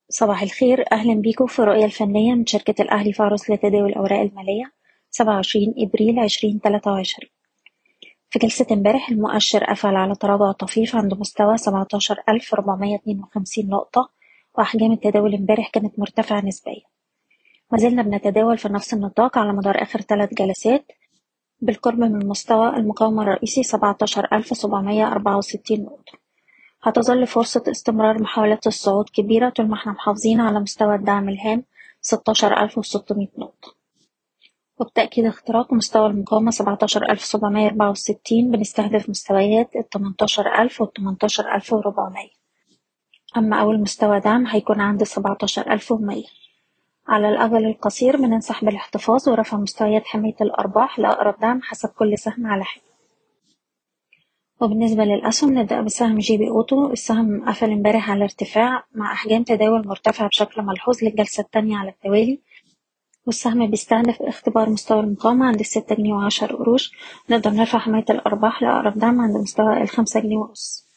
صباح الخير، أهلا بيكم في الرؤية الفنية من شركة الأهلي فارس لتداول الأوراق المالية 27 إبريل 2023. في جلسة امبارح المؤشر قفل على تراجع طفيف عند مستوى 17452 نقطة، وأحجام التداول امبارح كانت مرتفعة نسبيا. ما زلنا بنتداول في نفس النطاق على مدار آخر 3 جلسات بالقرب من مستوى المقاومة الرئيسي 17764 نقطة. هتظل فرصة استمرار محاولات الصعود كبيرة طول ما احنا محافظين على مستوى الدعم الهام 16600 نقطة، وبتأكيد اختراق مستوى المقاومة 17764 بنستهدف مستويات 18000 و 18400. أما أول مستوى دعم هيكون عند 17100. على الأجل القصير بننصح بالاحتفاظ ورفع مستويات حماية الأرباح لأقرب دعم حسب كل سهم على حدة. وبالنسبة للأسهم نبدأ بسهم جي بي أوتو. السهم قفل امبارح على ارتفاع مع أحجام تداول مرتفعة بشكل ملحوظ للجلسة التانية على التوالي، والسهم بيستهدف اختبار مستوى المقاومة عند 6 جنيه و10 قروش. نقدر نرفع حماية الأرباح لأقرب دعم عند مستوى 5 جنيه ونص.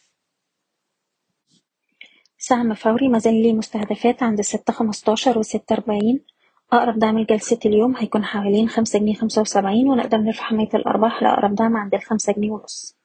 سهم فوري مازال ليه مستهدفات عند 6.15 و6.40. أقرب دعم لجلسة اليوم هيكون حوالين 5 جنيه 75، ونقدر نرفع حماية الأرباح لأقرب دعم عند 5 جنيه ونص.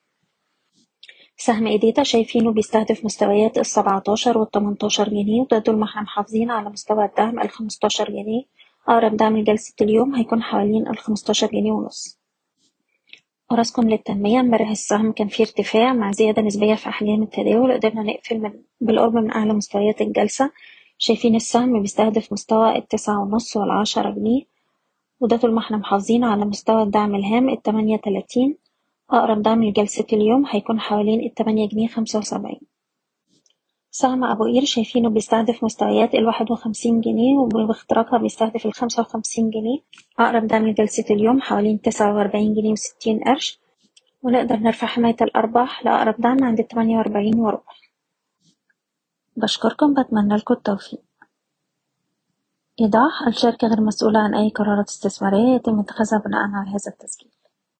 سهم إيديتا شايفينه بيستهدف مستويات 17 و 18 جنيه، وده طول ما احنا محافظين على مستوى الدعم 15 جنيه. أقرب دعم لجلسة اليوم هيكون حوالين 15 جنيه ونص. أراسكوم للتنمية امبارح السهم كان فيه ارتفاع مع زيادة نسبية في أحجام التداول، قدرنا نقفل بالقرب من أعلى مستويات الجلسة. شايفين السهم بيستهدف مستوى 9.5 و10 جنيه، وده طول ما احنا محافظين على مستوى الدعم الهام 38. أقرب دعم لجلسة اليوم هيكون حوالين 8 جنيه 75. سهم أبو قير شايفينه بيستهدف مستويات 51 جنيه، وباختراقها بيستهدف 55 جنيه. أقرب دعم لجلسة اليوم حوالين 49 جنيه و60 قرش، ونقدر نرفع حماية الأرباح لأقرب دعم عند 48 وربع. بشكركم، بتمنى لكم التوفيق. إيضاح: الشركة غير مسؤولة عن أي قرارات استثمارية يتم اتخاذها بناء على هذا التسجيل.